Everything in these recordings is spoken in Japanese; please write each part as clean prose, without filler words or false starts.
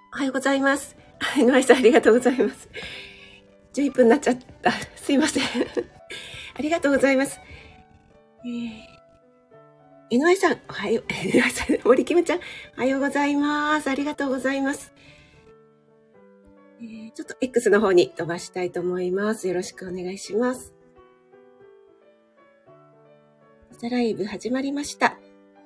おはようございます。井上さん、ありがとうございます。11分になっちゃった。すいません。ありがとうございます。井上さん、おはよう。井上さん、森キムちゃん、おはようございます。ありがとうございます。ちょっと X の方に飛ばしたいと思います。よろしくお願いします。朝ライブ始まりました。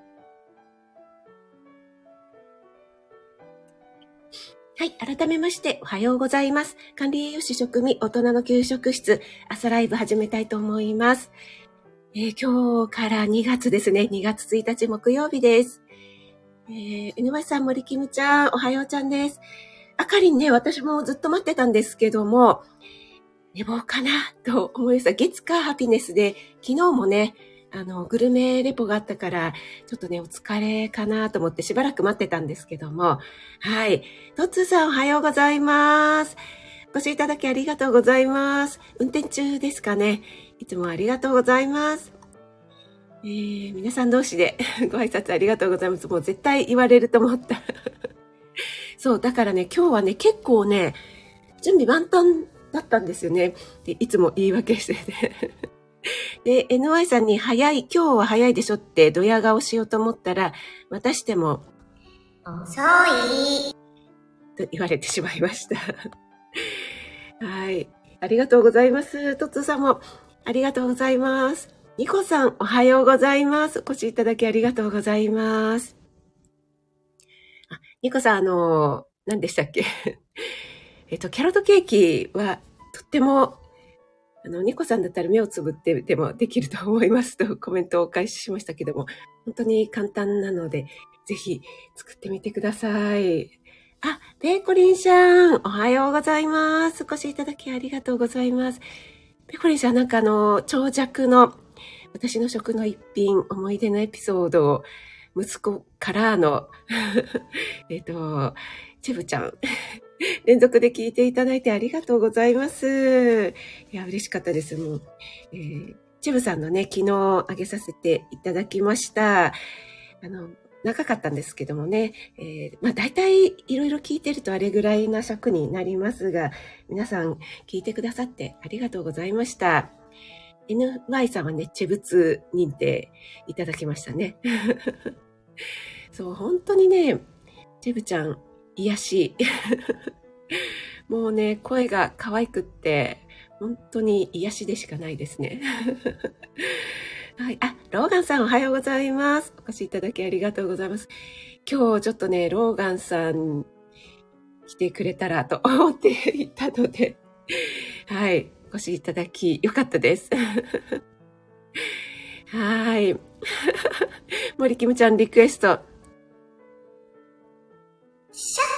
はい。改めまして、おはようございます。管理栄養士食味大人の給食室、朝ライブ始めたいと思います。今日から2月ですね。2月1日木曜日です。井上さん、森キムちゃん、おはようちゃんです。あかりんね、私もずっと待ってたんですけども、寝坊かなと思いました。月火ハピネスで、昨日もね、グルメレポがあったから、ちょっとね、お疲れかなと思ってしばらく待ってたんですけども、はい。トッツーさん、おはようございます。お越しいただきありがとうございます。運転中ですかね。いつもありがとうございます。皆さん同士でご挨拶ありがとうございます。もう絶対言われると思った。そう、だからね、今日はね、結構ね、準備万端だったんですよね。でいつも言い訳してて。で、NY さんに今日は早いでしょってドヤ顔しようと思ったら、またしても、遅いと言われてしまいました。はい。ありがとうございます。トッツーさんもありがとうございます。ニコさん、おはようございます。お越しいただきありがとうございます。ニコさん、何でしたっけキャロットケーキはとってもニコさんだったら目をつぶってでもできると思いますとコメントをお返ししましたけども、本当に簡単なので、ぜひ作ってみてください。あ、ペコリンさん、おはようございます。お越しいただきありがとうございます。ペコリンさん、なんか長尺の私の食の一品、思い出のエピソードを息子からのチブちゃん、連続で聞いていただいてありがとうございます。いや、嬉しかったです。もう、チブさんのね、昨日上げさせていただきました。長かったんですけどもね、大体いろいろ聞いてるとあれぐらいな尺になりますが、皆さん聞いてくださってありがとうございました。NY さんはね、チブツ認定いただきましたね。そう、本当にね、チブちゃん、癒し。もうね、声が可愛くって、本当に癒しでしかないですね。はい。あ、ローガンさんおはようございます。お越しいただきありがとうございます。今日ちょっとね、ローガンさん来てくれたらと思っていたので、はい。お越しいただきよかったです。はい。森キムちゃんリクエスト。シャッ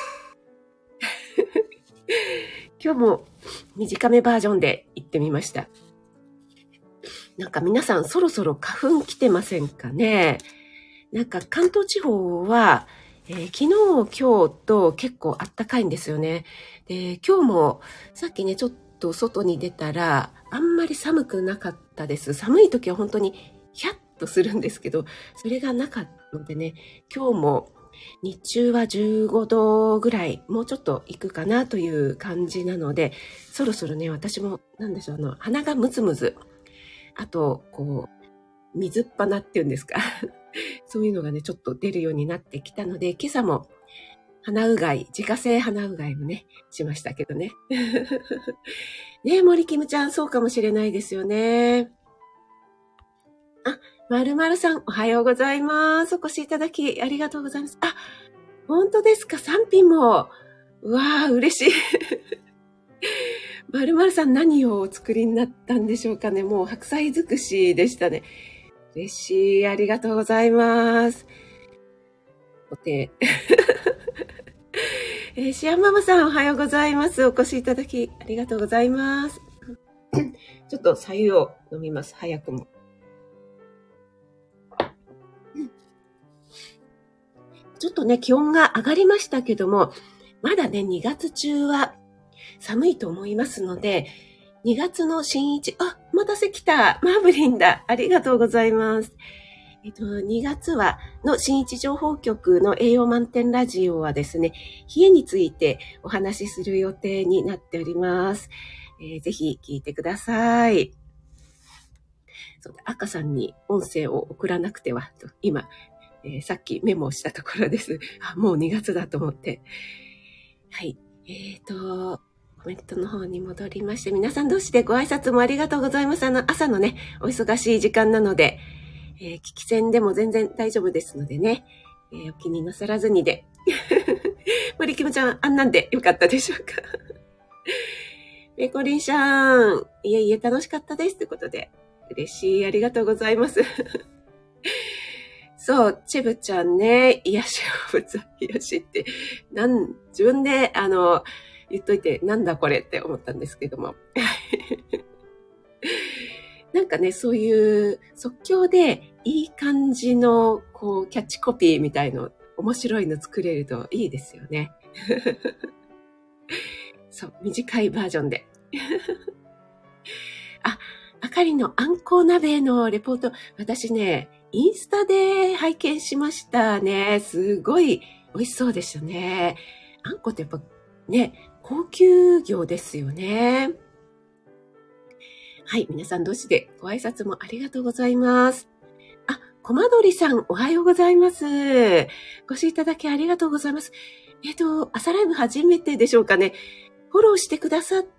今日も短めバージョンで行ってみました。なんか皆さんそろそろ花粉来てませんかね。なんか関東地方は、昨日今日と結構あったかいんですよね。で、今日もさっきねちょっと外に出たらあんまり寒くなかったです。寒い時は本当にヒャッとするんですけど、それがなかったのでね、今日も日中は15度ぐらい、もうちょっと行くかなという感じなので、そろそろね、私も、なんでしょう、鼻がムズムズ。あと、水っ鼻っていうんですか。そういうのがね、ちょっと出るようになってきたので、今朝も鼻うがい、自家製鼻うがいもね、しましたけどね。ねえ、森キムちゃん、そうかもしれないですよね。あ、まるまるさん、おはようございます。お越しいただき、ありがとうございます。あ、本当ですか？ 3 品も。うわー、嬉しい。まるまるさん、何をお作りになったんでしょうかね。もう白菜尽くしでしたね。嬉しい。ありがとうございます。お手。シアンママさん、おはようございます。お越しいただき、ありがとうございます。ちょっと白湯を飲みます。早くも。ちょっとね、気温が上がりましたけども、まだね、2月中は寒いと思いますので、2月の新一、あ、お待たせ来た。マーブリンだ。ありがとうございます。 2月の新一情報局の栄養満点ラジオはですね、冷えについてお話しする予定になっております。ぜひ聞いてください。そうだ、赤さんに音声を送らなくてはと、今、さっきメモをしたところです。もう2月だと思って。はい。コメントの方に戻りまして、皆さん同士でご挨拶もありがとうございます。朝のね、お忙しい時間なので、聞き戦でも全然大丈夫ですのでね、お気になさらずにで。森キムちゃん、あんなんでよかったでしょうか。メコリンさん、いえいえ楽しかったです。ということで、嬉しい。ありがとうございます。そう、チェブちゃんね、癒しを癒しって、自分で、言っといて、なんだこれって思ったんですけども。なんかね、そういう即興でいい感じの、キャッチコピーみたいの、面白いの作れるといいですよね。そう、短いバージョンで。あかりのあんこう鍋のレポート、私ね、インスタで拝見しましたね。すごい美味しそうでしたね。あんこってやっぱね、高級魚ですよね。はい、皆さん同士でご挨拶もありがとうございます。コマドリさん、おはようございます。ご視聴いただきありがとうございます。朝ライブ初めてでしょうかね。フォローしてくださって、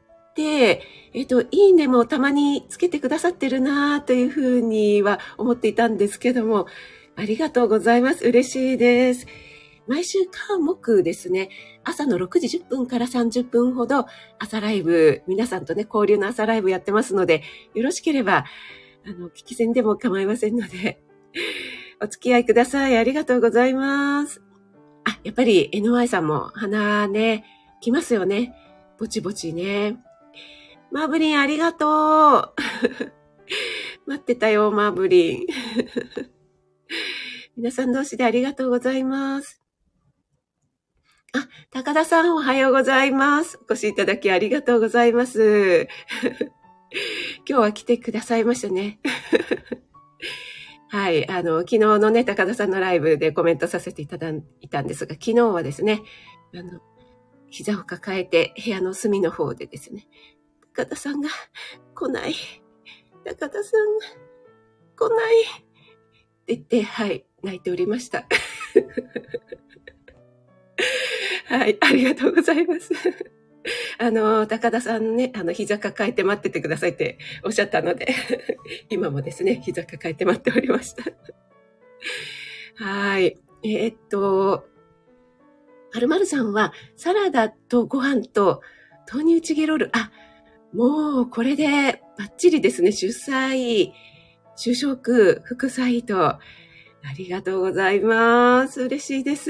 いいねもたまにつけてくださってるなというふうには思っていたんですけども、ありがとうございます。嬉しいです。毎週火木ですね、朝の6時10分から30分ほど朝ライブ、皆さんとね、交流の朝ライブやってますので、よろしければ、聞き戦でも構いませんので、お付き合いください。ありがとうございます。やっぱり NY さんも鼻ね、来ますよね。ぼちぼちね。マーブリンありがとう。待ってたよ、マーブリン。皆さん同士でありがとうございます。高田さんおはようございます。お越しいただきありがとうございます。今日は来てくださいましたね。はい、昨日のね、高田さんのライブでコメントさせていただいたんですが、昨日はですね、膝を抱えて部屋の隅の方でですね、高田さんが来ない。高田さんが来ない。って言って、はい、泣いておりました。はい、ありがとうございます。高田さんね、膝抱えて待っててくださいっておっしゃったので、今もですね、膝抱えて待っておりました。はい。はるまるさんは、サラダとご飯と豆乳チゲロール。もうこれでバッチリですね。主食、副菜と。ありがとうございます。嬉しいです。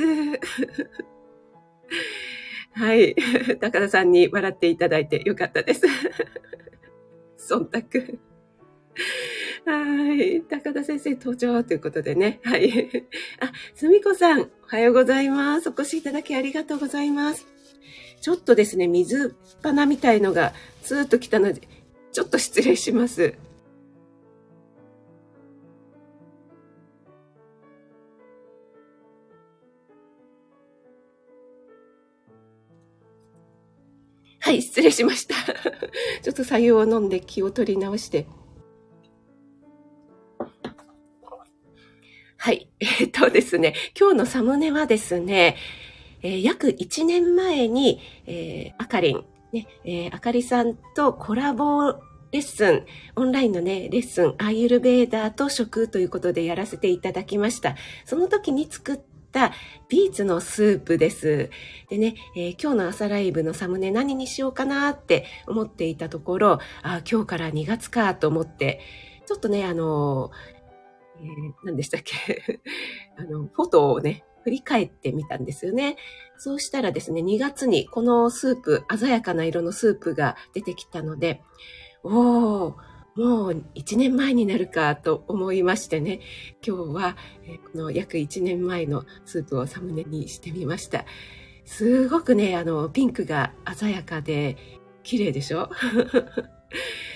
はい。高田さんに笑っていただいてよかったです。忖度。はい。高田先生登場ということでね。はい。すみこさん、おはようございます。お越しいただきありがとうございます。ちょっとですね、水っ鼻みたいのがスーッと来たので、ちょっと失礼します。はい、失礼しました。ちょっと白湯を飲んで気を取り直して。はい。ですね、今日のサムネはですね、約1年前に、あかりん、ね、あかりさんとコラボレッスン、オンラインのね、レッスン、アーユルベーダーと食ということでやらせていただきました。その時に作ったビーツのスープです。でね、今日の朝ライブのサムネ何にしようかなって思っていたところ、今日から2月かと思って、ちょっとね、何でしたっけフォトをね、振り返ってみたんですよね。そうしたらですね、2月にこのスープ、鮮やかな色のスープが出てきたので、もう1年前になるかと思いましてね、今日はこの約1年前のスープをサムネにしてみました。すごくね、ピンクが鮮やかで綺麗でしょ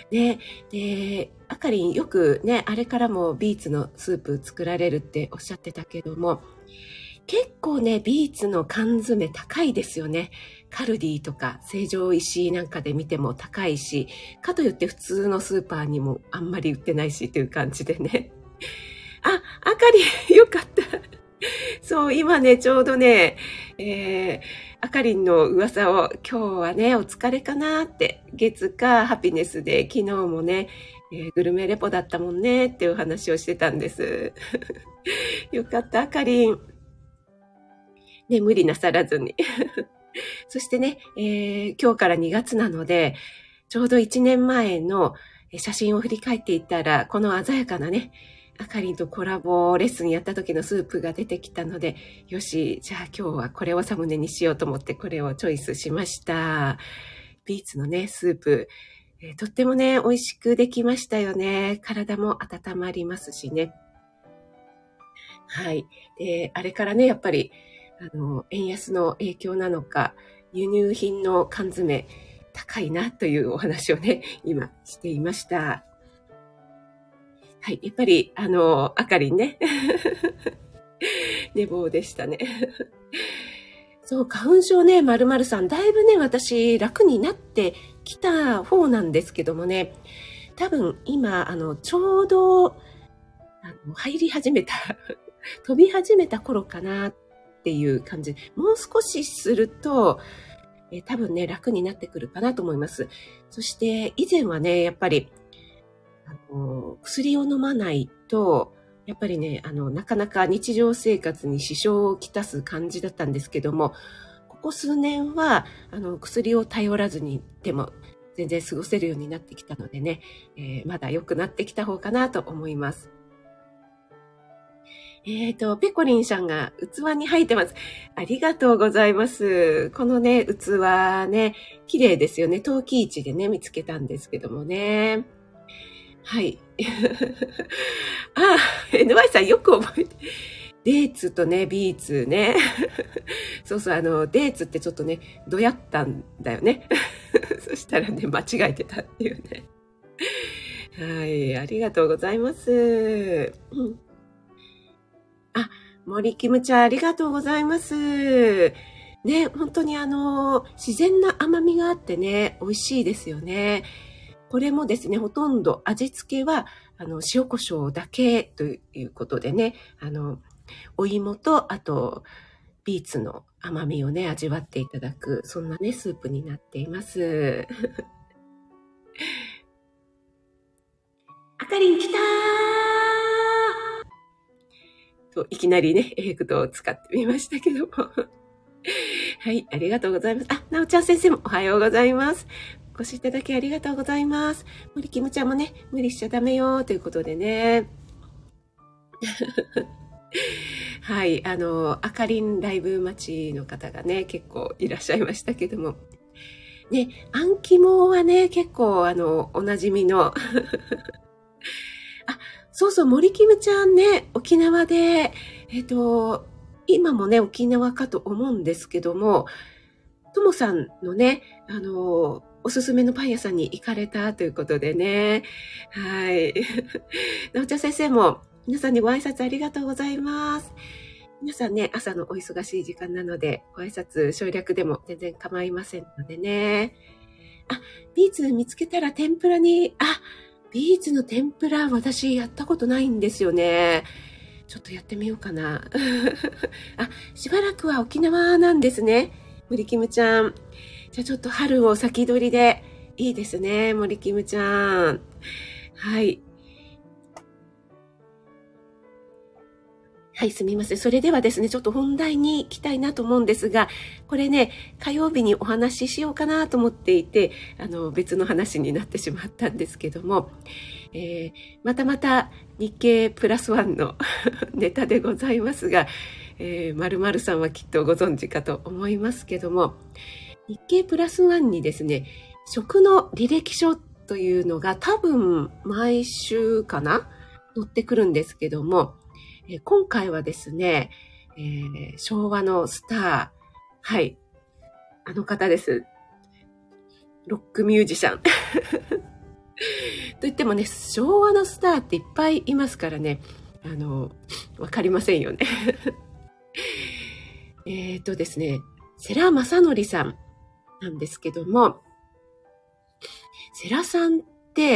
ね。で、あかりんよくね、あれからもビーツのスープ作られるっておっしゃってたけども、結構ね、ビーツの缶詰高いですよね。カルディとか成城石井なんかで見ても高いし、かといって普通のスーパーにもあんまり売ってないしという感じでね。あ、あかりん、よかった。そう、今ね、ちょうどね、あかりんの噂を、今日はね、お疲れかなって、月かハピネスで、昨日もね、グルメレポだったもんねっていう話をしてたんです。よかった、あかりん。ね、無理なさらずに。そしてね、今日から2月なので、ちょうど1年前の写真を振り返っていったら、この鮮やかなね、あかりんとコラボレッスンやった時のスープが出てきたので、よし、じゃあ今日はこれをサムネにしようと思ってこれをチョイスしました。ビーツのね、スープ、とってもね、美味しくできましたよね。体も温まりますしね。はい。あれからね、やっぱり、円安の影響なのか、輸入品の缶詰高いなというお話をね、今していました。はい。やっぱり、あかりんね。寝坊でしたね。そう、花粉症ね、〇〇さん、だいぶね、私、楽になってきた方なんですけどもね、多分今、ちょうど、入り始めた、飛び始めた頃かなっていう感じ。もう少しすると、多分ね、楽になってくるかなと思います。そして、以前はね、やっぱり、薬を飲まないと、やっぱりね、なかなか日常生活に支障をきたす感じだったんですけども、ここ数年は、薬を頼らずにでも全然過ごせるようになってきたのでね、まだ良くなってきた方かなと思います。ペコリンさんが器に入ってます。ありがとうございます。このね、器ね、綺麗ですよね。陶器市でね、見つけたんですけどもね。はい。あ、NY さんよく覚えて。デーツとね、ビーツね。そうそう、デーツってちょっとね、どやったんだよね。そしたらね、間違えてたっていうね。はい、ありがとうございます。あ、森キムちゃんありがとうございます。ね、本当に自然な甘みがあってね、美味しいですよね。これもですね、ほとんど味付けは、塩コショウだけということでね、お芋と、あと、ビーツの甘みをね、味わっていただく、そんなね、スープになっています。あかりん来たーと、いきなりね、エフェクトを使ってみましたけども。はい、ありがとうございます。あ、なおちゃん先生もおはようございます。お越しいただきありがとうございます。森キムちゃんもね、無理しちゃダメよということでね。はい、あかりんライブ待ちの方がね、結構いらっしゃいましたけども。ね、あん肝はね、結構おなじみの。あ、そうそう、森キムちゃんね、沖縄で、今もね、沖縄かと思うんですけども、ともさんのね、おすすめのパン屋さんに行かれたということでね。はい。なおちゃん先生も皆さんにご挨拶ありがとうございます。皆さんね、朝のお忙しい時間なので、ご挨拶省略でも全然構いませんのでね。あ、ビーツ見つけたら天ぷらに、ビーツの天ぷら私やったことないんですよね。ちょっとやってみようかな。しばらくは沖縄なんですね。森キムちゃん。じゃあちょっと春を先取りでいいですね。森キムちゃん。はい。はい、すみません。それではですね、ちょっと本題に行きたいなと思うんですが、これね、火曜日にお話ししようかなと思っていて、別の話になってしまったんですけども、また日経プラスワンのネタでございますが、〇〇さんはきっとご存知かと思いますけども、日経プラスワンにですね、食の履歴書というのが多分毎週かな載ってくるんですけども、今回はですね、昭和のスター、はい、あの方です。ロックミュージシャン。 と言ってもね、昭和のスターっていっぱいいますからね、わかりませんよね。ですね、世良正則さんなんですけども、世良さんって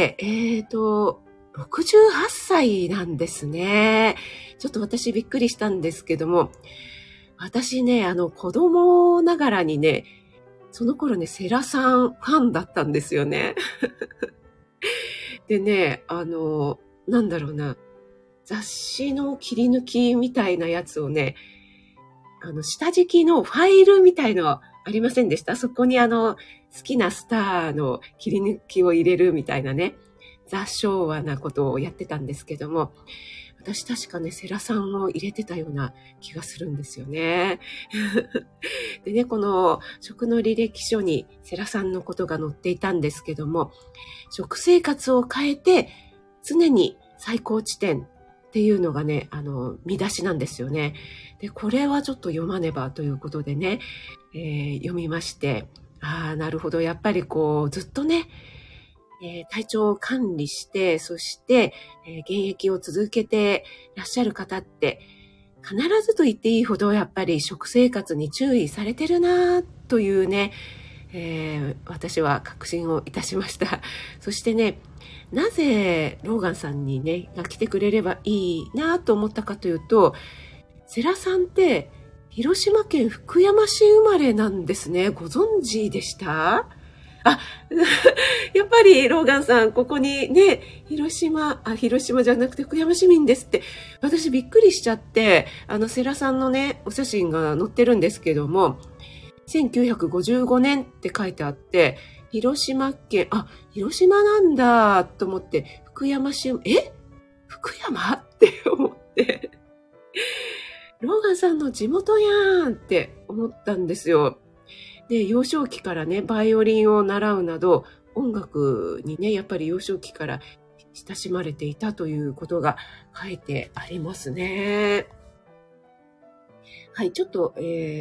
、68歳なんですね。ちょっと私びっくりしたんですけども、私ね、子供ながらにね、その頃ね、世良さんファンだったんですよね。でね、なんだろうな、雑誌の切り抜きみたいなやつをね、下敷きのファイルみたいのありませんでした？そこに好きなスターの切り抜きを入れるみたいなね、雑昭和なことをやってたんですけども、私確かね、世良さんを入れてたような気がするんですよね。でね、この食の履歴書に世良さんのことが載っていたんですけども、食生活を変えて常に最高地点っていうのがね、見出しなんですよね。で、これはちょっと読まねばということでね、読みまして、なるほど、やっぱりこう、ずっとね、体調を管理して、そして、現役を続けていらっしゃる方って、必ずと言っていいほどやっぱり食生活に注意されてるなというね、私は確信をいたしました。そしてね、なぜローガンさんにね、が来てくれればいいなと思ったかというと、世良さんって広島県福山市生まれなんですね。ご存知でした？やっぱりローガンさん、ここにね、広島じゃなくて福山市民ですって、私びっくりしちゃって、世良さんのね、お写真が載ってるんですけども、1955年って書いてあって、広島県、広島なんだと思って、福山市、福山って思って、ローガンさんの地元やんって思ったんですよ。で、幼少期からね、バイオリンを習うなど、音楽にね、やっぱり幼少期から親しまれていたということが書いてありますね。はい、ちょっと、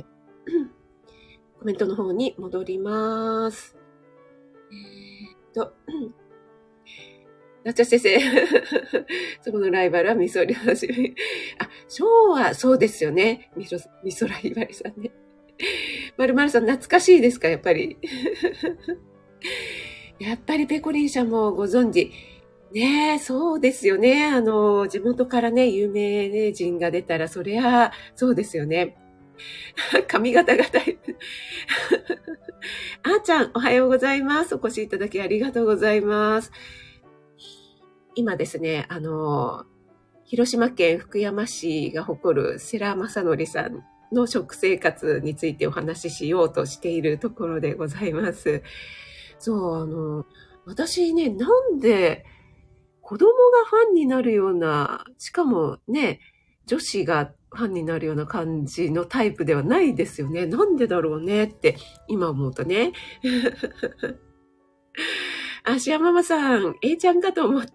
コメントの方に戻ります。なっちゃ先生。そこのライバルはみそり始め。昭和、そうですよね。みそライバルさんね。まるまるさん懐かしいですか？やっぱり。やっぱりペコリン社もご存知。ねえ、そうですよね。地元からね、有名人が出たら、そりゃ、そうですよね。髪型が大変。あーちゃん、おはようございます。お越しいただきありがとうございます。今ですね、広島県福山市が誇る世良正則さんの食生活についてお話ししようとしているところでございます。そう、私ね、なんで子供がファンになるような、しかもね、女子がファンになるような感じのタイプではないですよね。なんでだろうねって今思うとね。シアママさん、A ちゃんかと思った。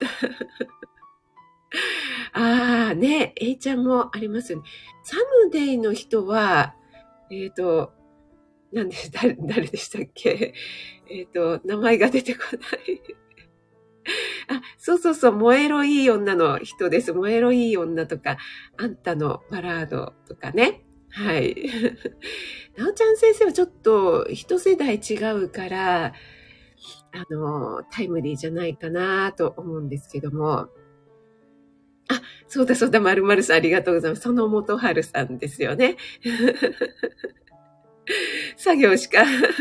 ね、A ちゃんもありますよね。サムデイの人は、誰でしたっけ？名前が出てこない。そう、燃えろいい女の人です。燃えろいい女とか、あんたのバラードとかね。はい。なおちゃん先生はちょっと一世代違うから、タイムリーじゃないかなと思うんですけども。そうだ、まるまるさんありがとうございます。その元春さんですよね。作業しか。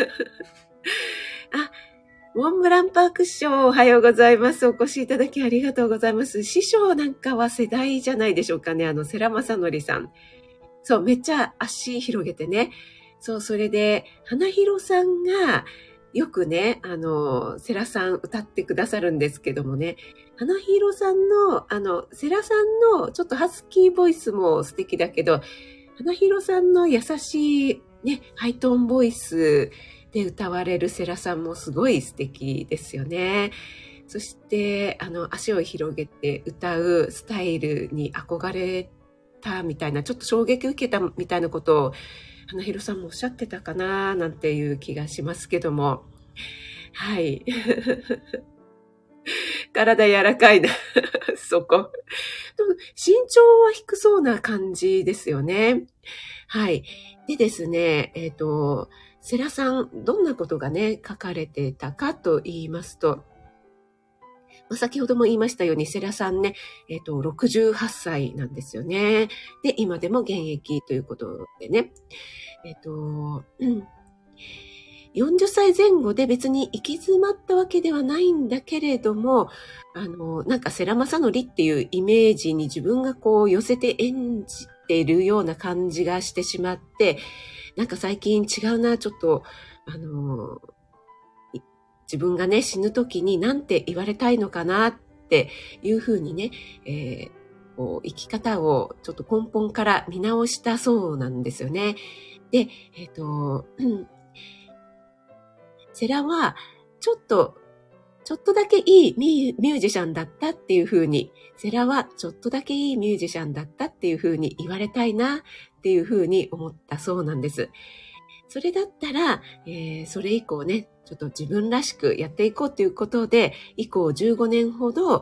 モンブランパーク師匠、おはようございます。お越しいただきありがとうございます。師匠なんかは世代じゃないでしょうかね。世良正則さん。そう、めっちゃ足広げてね。そう、それで、花広さんが、よくね、世良さん歌ってくださるんですけどもね、花広さんの、世良さんのちょっとハスキーボイスも素敵だけど、花広さんの優しいね、ハイトーンボイスで歌われる世良さんもすごい素敵ですよね。そして、足を広げて歌うスタイルに憧れたみたいな、ちょっと衝撃を受けたみたいなことを、花広さんもおっしゃってたかななんていう気がしますけども。はい。 体柔らかいな。そこ。身長は低そうな感じですよね。はい。でですね、世良さん、どんなことがね、書かれてたかと言いますと、先ほども言いましたように、世良さんね、68歳なんですよね。で、今でも現役ということでね。40歳前後で別に行き詰まったわけではないんだけれども、なんか世良正則っていうイメージに自分がこう寄せて演じているような感じがしてしまって、なんか最近違うな、ちょっと、自分がね、死ぬ時に何て言われたいのかなっていうふうにね、こう生き方をちょっと根本から見直したそうなんですよね。で、世良は、ちょっとだけいいミュージシャンだったっていう風に、世良はちょっとだけいいミュージシャンだったっていう風に言われたいなっていう風に思ったそうなんです。それだったら、それ以降ね、ちょっと自分らしくやっていこうということで、以降15年ほど、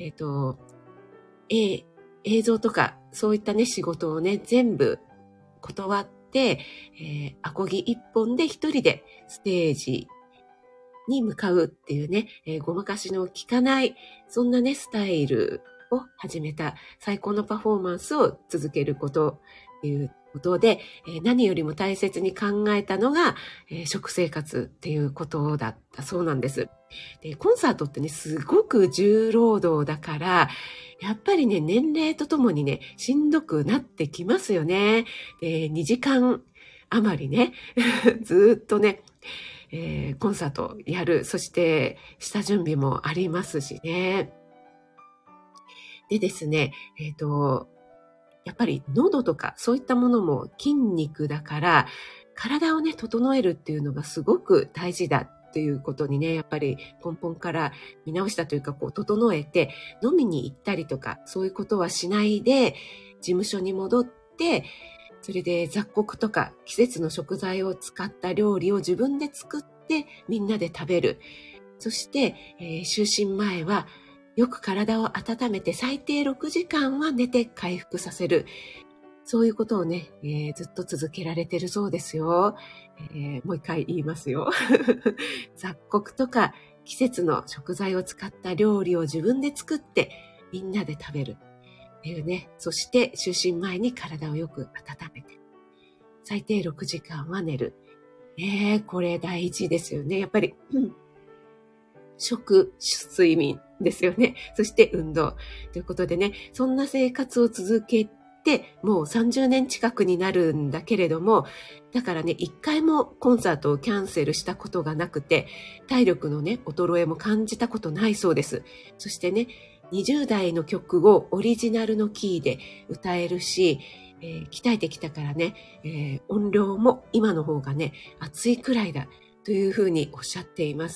映像とかそういったね、仕事をね、全部断って、アコギ一本で一人でステージに向かうっていうね、ごまかしの効かない、そんなね、スタイルを始めた、最高のパフォーマンスを続けることっていうことで、何よりも大切に考えたのが、食生活っていうことだったそうなんです。で、コンサートってね、すごく重労働だから、やっぱりね、年齢とともにね、しんどくなってきますよね。で、2時間余りね、ずっとね、コンサートやる。そして、下準備もありますしね。でですね、やっぱり喉とかそういったものも筋肉だから、体をね、整えるっていうのがすごく大事だっていうことにね、やっぱり根本から見直したというか、こう、整えて、飲みに行ったりとか、そういうことはしないで、事務所に戻って、それで雑穀とか季節の食材を使った料理を自分で作ってみんなで食べる。そして、就寝前はよく体を温めて最低6時間は寝て回復させる。そういうことをね、ずっと続けられてるそうですよ。もう一回言いますよ。雑穀とか季節の食材を使った料理を自分で作ってみんなで食べる。っていうね。そして、就寝前に体をよく温めて。最低6時間は寝る。これ大事ですよね。やっぱり、食、睡眠ですよね。そして運動。ということでね、そんな生活を続けて、もう30年近くになるんだけれども、だからね、一回もコンサートをキャンセルしたことがなくて、体力のね、衰えも感じたことないそうです。そしてね、20代の曲をオリジナルのキーで歌えるし、鍛えてきたからね、音量も今の方がね、熱いくらいだというふうにおっしゃっています。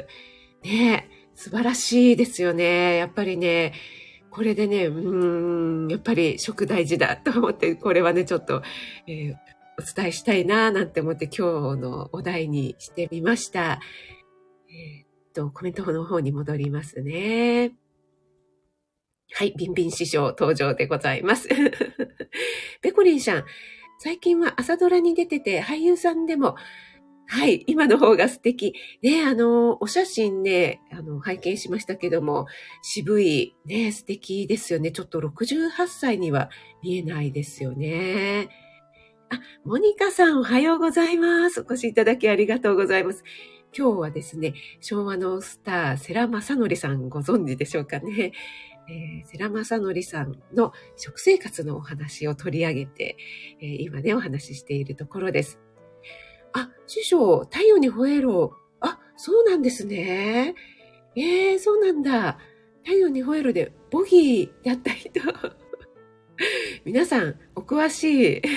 ね、素晴らしいですよね。やっぱりね、これでね、やっぱり食大事だと思って、これはね、ちょっと、お伝えしたいななんて思って今日のお題にしてみました。コメントの方に戻りますね。はい、ビンビン師匠登場でございます。ペコリンさん、最近は朝ドラに出てて俳優さんでも、はい、今の方が素敵。ね、お写真ね、拝見しましたけども、渋い、ね、素敵ですよね。ちょっと68歳には見えないですよね。モニカさんおはようございます。お越しいただきありがとうございます。今日はですね、昭和のスター、世良正則さんご存知でしょうかね。世良正則さんの食生活のお話を取り上げて、今ね、お話ししているところです。師匠、太陽に吠えろ。そうなんですね。そうなんだ。太陽に吠えろで、ボギーだった人。皆さん、お詳しい。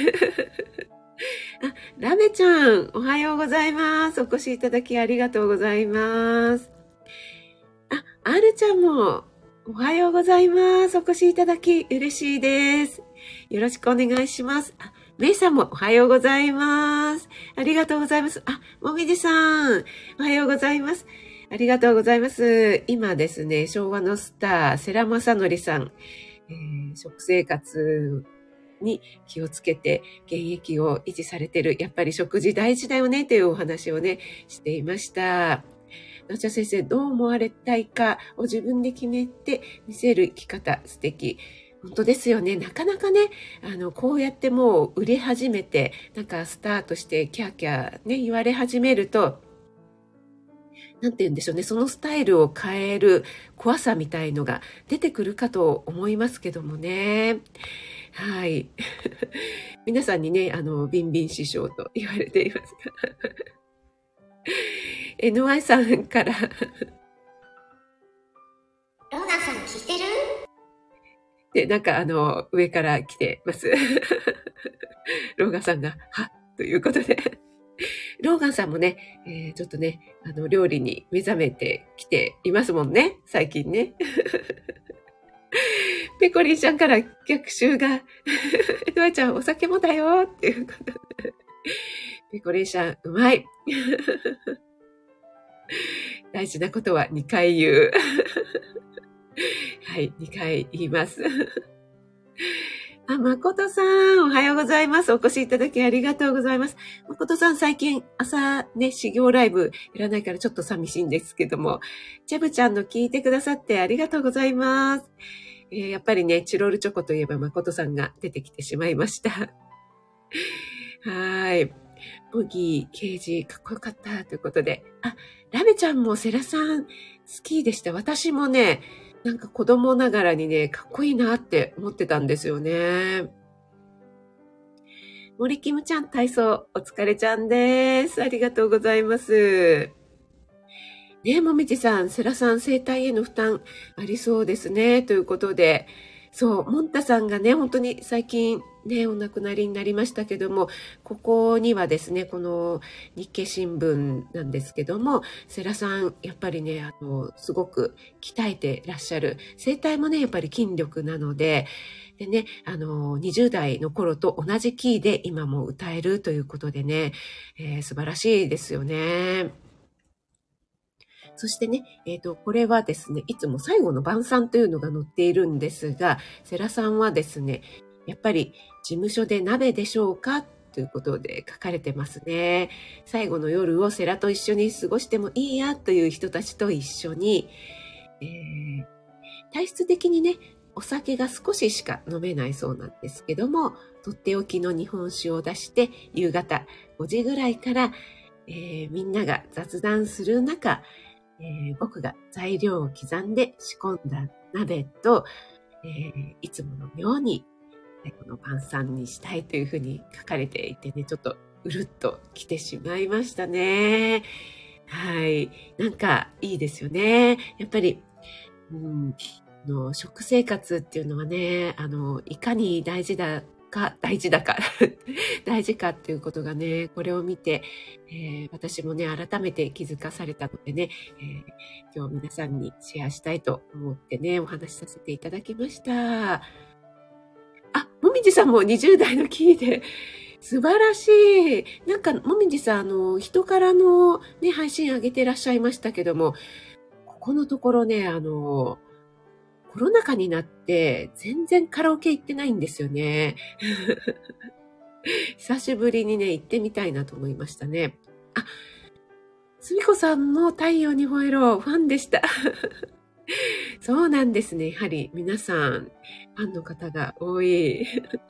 ラベちゃん、おはようございます。お越しいただきありがとうございます。R ちゃんも、おはようございます。お越しいただき嬉しいです。よろしくお願いします。メイさんもおはようございます。ありがとうございます。もみじさん、おはようございます。 ありがとうございます。今ですね、昭和のスター、世良正則さん、食生活に気をつけて現役を維持されている。やっぱり食事大事だよねというお話をね、していました。なちゃ先生、どう思われたいかを自分で決めて見せる生き方、素敵。本当ですよね。なかなかね、こうやってもう売れ始めて、なんかスタートしてキャーキャーね、言われ始めると、なんて言うんでしょうね、そのスタイルを変える怖さみたいのが出てくるかと思いますけどもね。はい。皆さんにね、ビンビン師匠と言われていますが。NY さんから。ローガンさん聞いてる？ で、なんか上から来てます。ローガンさんが、はということで。ローガンさんもね、ちょっとね、料理に目覚めてきていますもんね、最近ね。ペコリンちゃんから逆襲が、ドアちゃんお酒もだよっていうことで。ペコリンちゃん、うまい。大事なことは2回言う。はい、2回言います。誠さん、おはようございます。お越しいただきありがとうございます。誠さん、最近朝ね、修行ライブやらないからちょっと寂しいんですけども、チェブちゃんの聞いてくださってありがとうございます。やっぱりね、チロルチョコといえば誠さんが出てきてしまいました。はい。ボギー、ケージ、かっこよかったということで。ラベちゃんもセラさん好きでした。私もね、なんか子供ながらにね、かっこいいなって思ってたんですよね。森キムちゃん、体操、お疲れちゃんです。ありがとうございます。ね、もみじさん、セラさん、生体への負担ありそうですね。ということで、そう、モンタさんがね、本当に最近ね、お亡くなりになりましたけども、ここにはですね、この日経新聞なんですけども、セラさん、やっぱりね、すごく鍛えてらっしゃる。声帯もね、やっぱり筋力なので、でね、20代の頃と同じキーで今も歌えるということでね、素晴らしいですよね。そしてね、これはですね、いつも最後の晩餐というのが載っているんですが、セラさんはですね、やっぱり事務所で鍋でしょうかということで書かれてますね。最後の夜をセラと一緒に過ごしてもいいやという人たちと一緒に、体質的にね、お酒が少ししか飲めないそうなんですけども、とっておきの日本酒を出して夕方5時ぐらいから、みんなが雑談する中、僕が材料を刻んで仕込んだ鍋と、いつものようにこの晩餐にしたいというふうに書かれていてね、ちょっとうるっと来てしまいましたね。はい。なんかいいですよね。やっぱり、食生活っていうのはね、いかに大事か、大事かっていうことがね、これを見て、私もね、改めて気づかされたのでね、今日皆さんにシェアしたいと思ってね、お話しさせていただきました。もみじさんも20代のキーで、素晴らしい。なんか、もみじさん、人からのね、配信上げてらっしゃいましたけども、ここのところね、コロナ禍になって全然カラオケ行ってないんですよね。久しぶりにね、行ってみたいなと思いましたね。すみこさんも太陽に吠えろファンでした。そうなんですね。やはり皆さん、ファンの方が多い。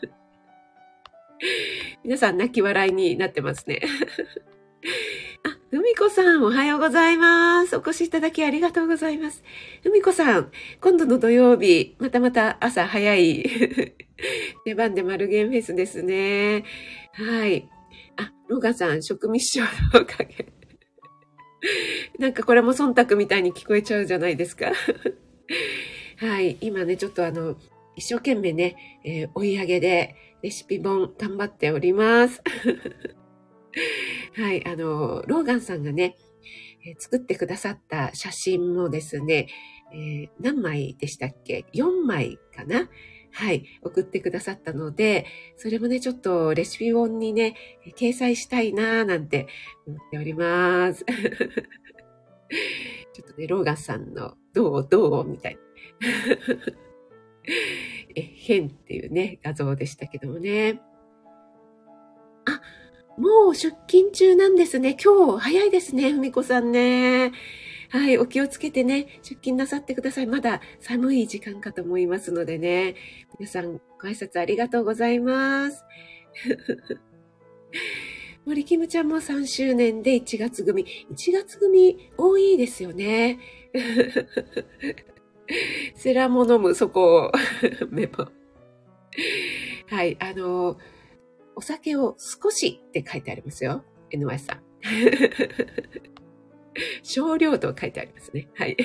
皆さん泣き笑いになってますね。ふみこさん、おはようございます。お越しいただきありがとうございます。ふみこさん、今度の土曜日、また朝早い出番でマルゲンフェスですね。はい。ローガンさん、食味師匠のおかげ。なんかこれも忖度みたいに聞こえちゃうじゃないですか。はい。今ね、ちょっと一生懸命ね、追い上げでレシピ本頑張っております。はい。ローガンさんがね、作ってくださった写真もですね、何枚でしたっけ ?4 枚かなはい。送ってくださったので、それもね、ちょっとレシピ本にね、掲載したいなーなんて思っております。 ちょっとね、ローガンさんのどうみたいな。変っていうね、画像でしたけどもね。あ、もう出勤中なんですね。今日早いですね、ふみこさんね。はい、お気をつけてね、出勤なさってください。まだ寒い時間かと思いますのでね。皆さん、ご挨拶ありがとうございます。森キムちゃんも3周年で1月組。1月組多いですよね。セラも飲む、そこをメモ。はい、お酒を少しって書いてありますよ。NY さん。少量と書いてありますね。はい。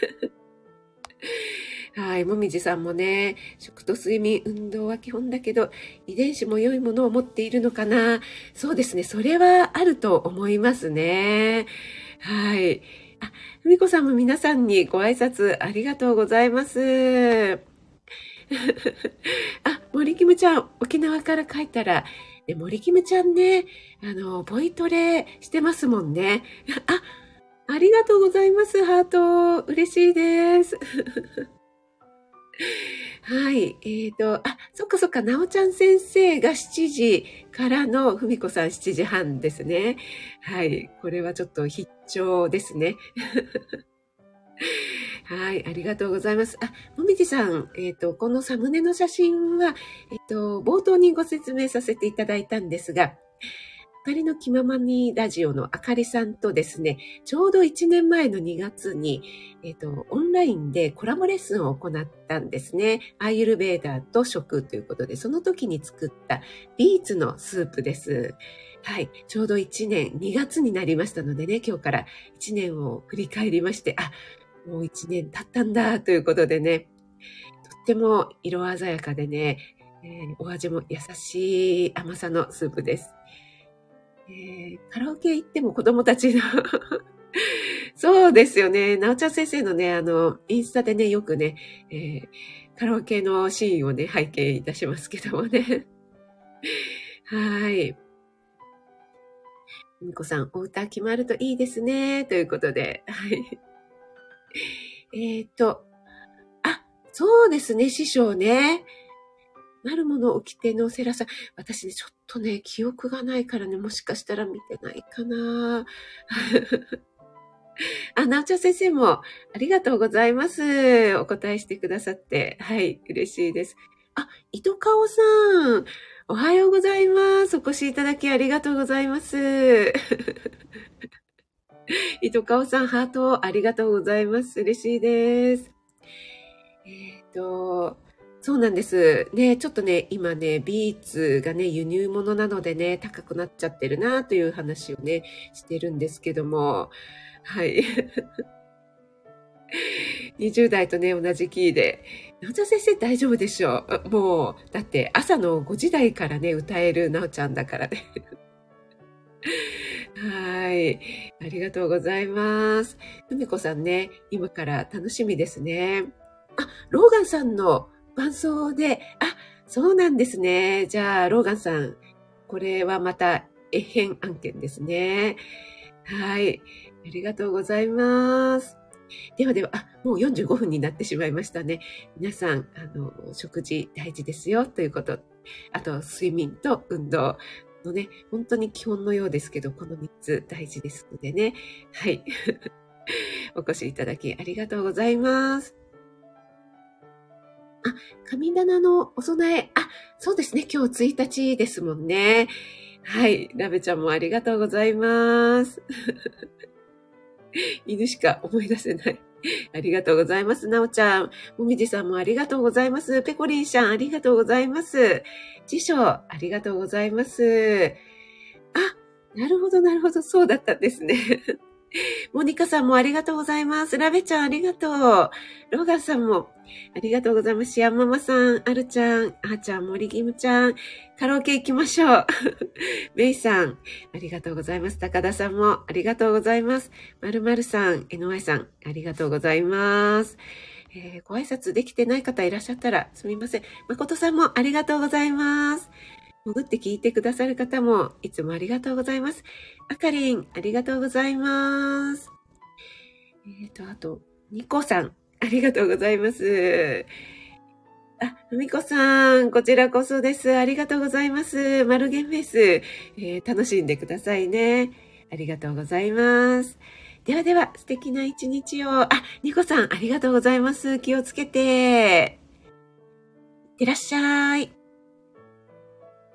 はい。もみじさんもね、食と睡眠、運動は基本だけど、遺伝子も良いものを持っているのかな。そうですね。それはあると思いますね。はい。あ、ふみこさんも皆さんにご挨拶ありがとうございます。あ、森キムちゃん、沖縄から帰ったら、森キムちゃんね、ボイトレしてますもんね。ありがとうございます。ハート。嬉しいです。はい。そっかそっか、なおちゃん先生が7時からのふみこさん7時半ですね。はい。これはちょっと必聴ですね。はい。ありがとうございます。もみじさん、このサムネの写真は、冒頭にご説明させていただいたんですが、あかりの気ままにラジオのあかりさんとですね、ちょうど1年前の2月に、オンラインでコラボレッスンを行ったんですね。アーユルベーダーと食ということで、その時に作ったビーツのスープです。はい。ちょうど1年、2月になりましたのでね、今日から1年を振り返りまして、もう1年経ったんだということでね、とっても色鮮やかでね、お味も優しい甘さのスープです。カラオケ行っても子供たちのそうですよね。なおちゃん先生のね、インスタでね、よくね、カラオケのシーンをね、拝見いたしますけどもね。はい。みこさん、お歌決まるといいですね。ということで、はい。そうですね、師匠ね。なるもの起きてのセラさん。私ね、ちょっとね、記憶がないからね、もしかしたら見てないかな。なおちゃん先生もありがとうございます。お答えしてくださって。はい、嬉しいです。糸かおさん。おはようございます。お越しいただきありがとうございます。糸かおさん、ハートありがとうございます。嬉しいです。そうなんです。ね、ちょっとね、今ね、ビーツがね、輸入物なのでね、高くなっちゃってるなという話をね、してるんですけども、はい。20代とね、同じキーで、なおちゃん先生大丈夫でしょう。もう、だって朝の5時台からね、歌えるなおちゃんだからね。はい。ありがとうございます。ふみこさんね、今から楽しみですね。ローガンさんの伴奏で、そうなんですね。じゃあ、ローガンさん、これはまた、変案件ですね。はい。ありがとうございます。では、もう45分になってしまいましたね。皆さん、食事大事ですよ、ということ。あと、睡眠と運動のね、本当に基本のようですけど、この3つ大事ですのでね。はい。お越しいただきありがとうございます。神棚のお供え。そうですね。今日1日ですもんね。はい。ラベちゃんもありがとうございます。犬しか思い出せない。ありがとうございます。なおちゃん。もみじさんもありがとうございます。ペコリンさんありがとうございます。辞書ありがとうございます。なるほど、なるほど。そうだったんですね。モニカさんもありがとうございます。ラベちゃんありがとう。ローガンさんもありがとうございます。シアンママさん、アルちゃん、あーちゃん、森ギムちゃん、カラオケ行きましょう。メイさん、ありがとうございます。高田さんもありがとうございます。まるまるさん、NY さん、ありがとうございます。ご挨拶できてない方いらっしゃったらすみません。誠さんもありがとうございます。潜って聞いてくださる方もいつもありがとうございます。あかりん、ありがとうございます。 あと、ニコさん、ありがとうございます。あ、ふみこさん、こちらこそです。ありがとうございます。マルゲンメス、楽しんでくださいね。ありがとうございます。ではでは、素敵な一日を。あ、ニコさん、ありがとうございます。気をつけて。いってらっしゃい。